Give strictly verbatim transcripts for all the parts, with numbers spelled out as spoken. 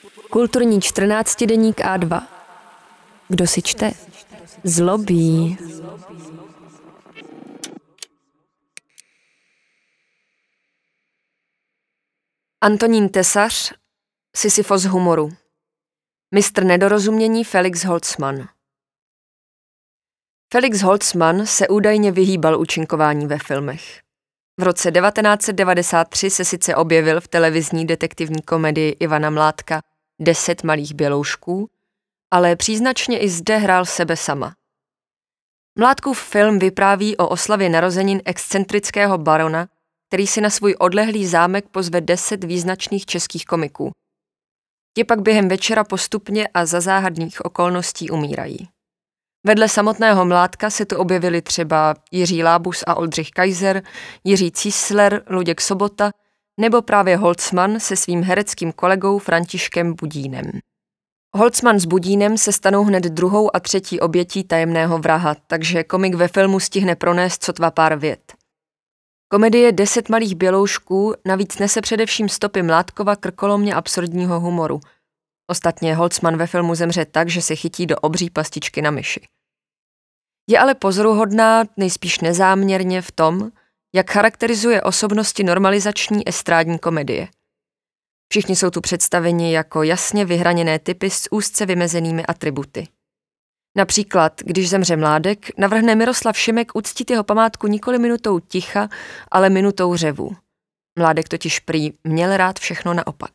Kulturní čtrnáctidenník á dva. Kdo si čte? Zlobí. Antonín Tesař, Sisyfos humoru. Mistr nedorozumění Felix Holzmann. Felix Holzmann se údajně vyhýbal účinkování ve filmech. V roce devatenáct set devadesát tři se sice objevil v televizní detektivní komedii Ivana Mládka Deset malých běloušků, ale příznačně i zde hrál sebe sama. Mládkův film vypráví o oslavě narozenin excentrického barona, který si na svůj odlehlý zámek pozve deset význačných českých komiků. Ti pak během večera postupně a za záhadných okolností umírají. Vedle samotného Mládka se tu objevili třeba Jiří Lábus a Oldřich Kaiser, Jiří Císler, Luděk Sobota nebo právě Holzmann se svým hereckým kolegou Františkem Budínem. Holzmann s Budínem se stanou hned druhou a třetí obětí tajemného vraha, takže komik ve filmu stihne pronést sotva pár vět. Komedie Deset malých běloušků navíc nese především stopy Mládkova krkolomně absurdního humoru. Ostatně Holzmann ve filmu zemře tak, že se chytí do obří pastičky na myši. Je ale pozoruhodná, nejspíš nezáměrně v tom, jak charakterizuje osobnosti normalizační estrádní komedie. Všichni jsou tu představeni jako jasně vyhraněné typy s úzce vymezenými atributy. Například, když zemře Mládek, navrhne Miroslav Šimek uctít jeho památku nikoli minutou ticha, ale minutou řevu. Mládek totiž prý měl rád všechno naopak.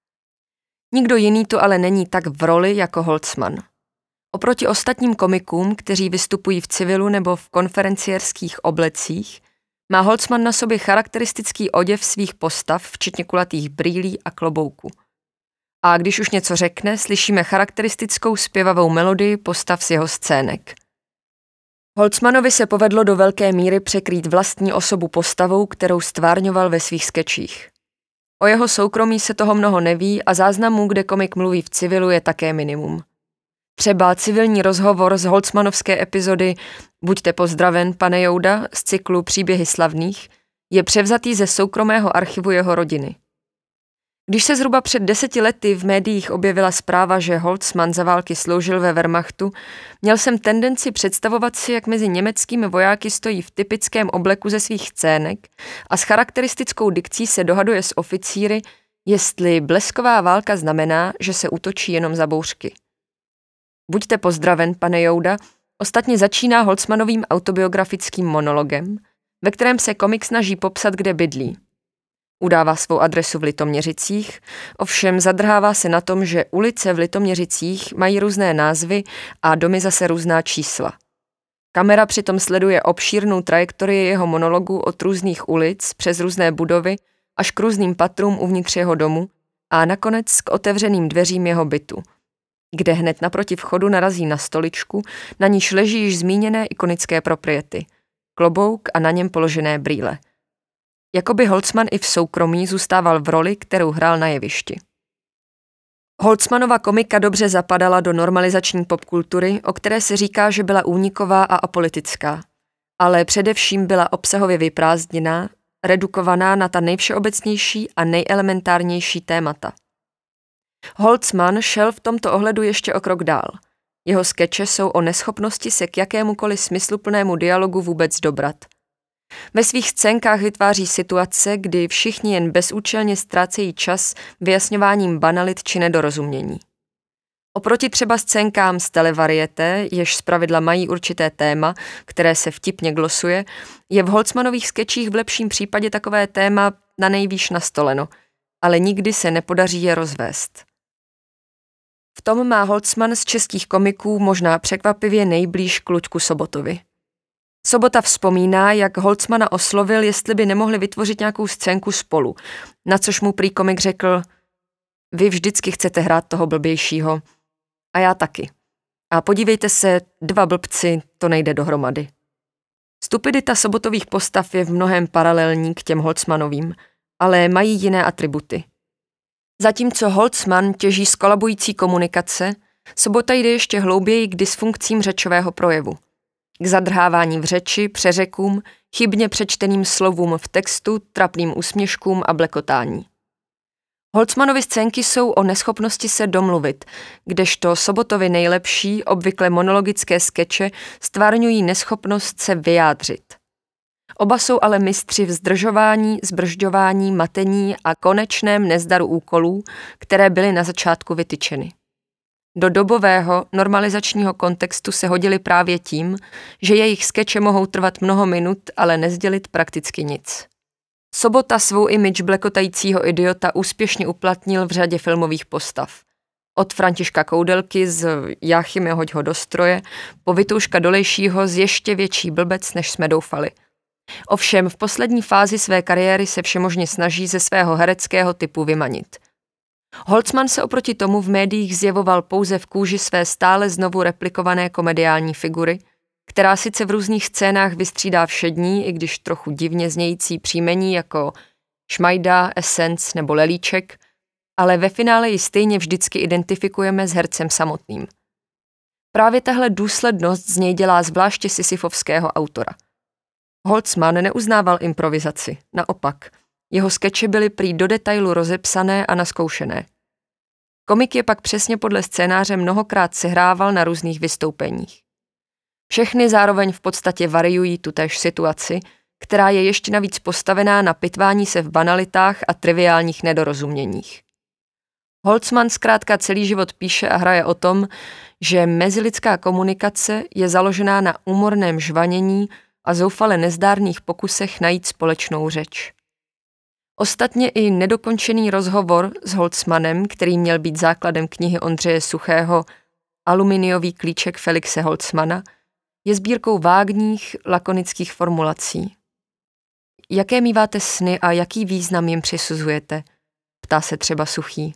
Nikdo jiný tu ale není tak v roli jako Holzmann. Oproti ostatním komikům, kteří vystupují v civilu nebo v konferenciérských oblecích, má Holzmann na sobě charakteristický oděv svých postav, včetně kulatých brýlí a klobouků. A když už něco řekne, slyšíme charakteristickou zpěvavou melodii postav z jeho scének. Holzmannovi se povedlo do velké míry překrýt vlastní osobu postavou, kterou stvárňoval ve svých skečích. O jeho soukromí se toho mnoho neví a záznamů, kde komik mluví v civilu, je také minimum. Třeba civilní rozhovor z Holzmannovské epizody Buďte pozdraven, pane Jouda, z cyklu Příběhy slavných, je převzatý ze soukromého archivu jeho rodiny. Když se zhruba před deseti lety v médiích objevila zpráva, že Holzmann za války sloužil ve Wehrmachtu, měl jsem tendenci představovat si, jak mezi německými vojáky stojí v typickém obleku ze svých scének a s charakteristickou dikcí se dohaduje s oficíry, jestli blesková válka znamená, že se útočí jenom za bouřky. Buďte pozdraven, pane Jouda, ostatně začíná Holzmannovým autobiografickým monologem, ve kterém se komik snaží popsat, kde bydlí. Udává svou adresu v Litoměřicích, ovšem zadrhává se na tom, že ulice v Litoměřicích mají různé názvy a domy zase různá čísla. Kamera přitom sleduje obšírnou trajektorii jeho monologu od různých ulic přes různé budovy až k různým patrům uvnitř jeho domu a nakonec k otevřeným dveřím jeho bytu, kde hned naproti vchodu narazí na stoličku, na níž leží již zmíněné ikonické propriety, klobouk a na něm položené brýle. Jakoby Holzmann i v soukromí zůstával v roli, kterou hrál na jevišti. Holzmannova komika dobře zapadala do normalizační popkultury, o které se říká, že byla úniková a apolitická, ale především byla obsahově vyprázdněná, redukovaná na ta nejvšeobecnější a nejelementárnější témata. Holzmann šel v tomto ohledu ještě o krok dál. Jeho skeče jsou o neschopnosti se k jakémukoliv smysluplnému dialogu vůbec dobrat. Ve svých scénkách vytváří situace, kdy všichni jen bezúčelně ztrácejí čas vyjasňováním banalit či nedorozumění. Oproti třeba scénkám z televarieté, jež zpravidla mají určité téma, které se vtipně glosuje, je v Holzmannových skečích v lepším případě takové téma na nejvýš nastoleno, ale nikdy se nepodaří je rozvést. V tom má Holzmann z českých komiků možná překvapivě nejblíž k Luďku Sobotovi. Sobota vzpomíná, jak Holzmanna oslovil, jestli by nemohli vytvořit nějakou scénku spolu, na což mu prý komik řekl: vy vždycky chcete hrát toho blbějšího. A já taky. A podívejte se, dva blbci, to nejde dohromady. Stupidita Sobotových postav je v mnohém paralelní k těm Holzmannovým, ale mají jiné atributy. Zatímco Holzmann těží z kolabující komunikace, Sobota jde ještě hlouběji k dysfunkcím řečového projevu. K zadrhávání v řeči, přeřekům, chybně přečteným slovům v textu, trapným úsměškům a blekotání. Holtzmanovy scénky jsou o neschopnosti se domluvit, kdežto Sobotovy nejlepší, obvykle monologické skeče stvárňují neschopnost se vyjádřit. Oba jsou ale mistři v zdržování, zbržďování, matení a konečném nezdaru úkolů, které byly na začátku vytyčeny. Do dobového normalizačního kontextu se hodili právě tím, že jejich skeče mohou trvat mnoho minut, ale nezdělit prakticky nic. Sobota svou image blekotajícího idiota úspěšně uplatnil v řadě filmových postav. Od Františka Koudelky z Jáchyme hoď ho do stroje po Vitouška Dolejšího z Ještě větší blbec, než jsme doufali. Ovšem v poslední fázi své kariéry se všemožně snaží ze svého hereckého typu vymanit. Holtzman se oproti tomu v médiích zjevoval pouze v kůži své stále znovu replikované komediální figury, která sice v různých scénách vystřídá všední, i když trochu divně znějící příjmení jako Šmajda, Essence nebo Lelíček, ale ve finále ji stejně vždycky identifikujeme s hercem samotným. Právě tahle důslednost z něj dělá zvláště sisyfovského autora. Holtzman neuznával improvizaci, naopak. Jeho skeče byly prý do detailu rozepsané a naskoušené. Komik je pak přesně podle scénáře mnohokrát sehrával na různých vystoupeních. Všechny zároveň v podstatě variují tutéž situaci, která je ještě navíc postavená na pitvání se v banalitách a triviálních nedorozuměních. Holtzman zkrátka celý život píše a hraje o tom, že mezilidská komunikace je založená na úmorném žvanění a zoufale nezdárných pokusech najít společnou řeč. Ostatně i nedokončený rozhovor s Holtzmanem, který měl být základem knihy Ondřeje Suchého Aluminiový klíček Felixe Holtzmana, je sbírkou vágních, lakonických formulací. Jaké míváte sny a jaký význam jim přisuzujete? Ptá se třeba Suchý.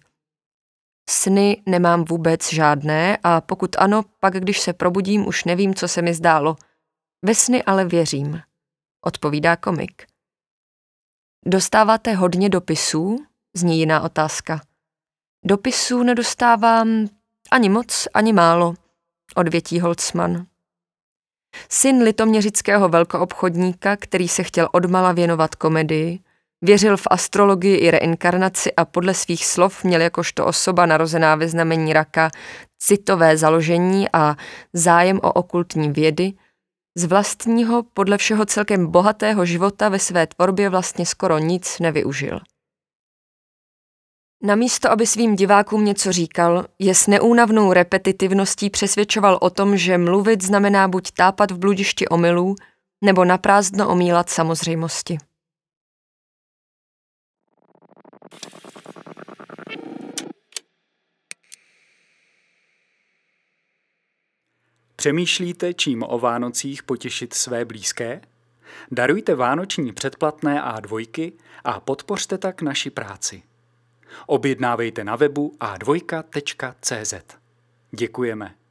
Sny nemám vůbec žádné a pokud ano, pak když se probudím, už nevím, co se mi zdálo. Ve sny ale věřím, odpovídá komik. Dostáváte hodně dopisů? Zní jiná otázka. Dopisů nedostávám ani moc, ani málo, odvětí Holtzman. Syn litoměřického velkoobchodníka, který se chtěl odmala věnovat komedii, věřil v astrologii i reinkarnaci a podle svých slov měl jakožto osoba narozená ve znamení raka citové založení a zájem o okultní vědy, z vlastního, podle všeho celkem bohatého života ve své tvorbě vlastně skoro nic nevyužil. Namísto, aby svým divákům něco říkal, je s neúnavnou repetitivností přesvědčoval o tom, že mluvit znamená buď tápat v bludišti omylů, nebo naprázdno omílat samozřejmosti. Přemýšlíte, čím o Vánocích potěšit své blízké? Darujte vánoční předplatné á dva a podpořte tak naši práci. Objednávejte na webu a dva tečka cé zet. Děkujeme.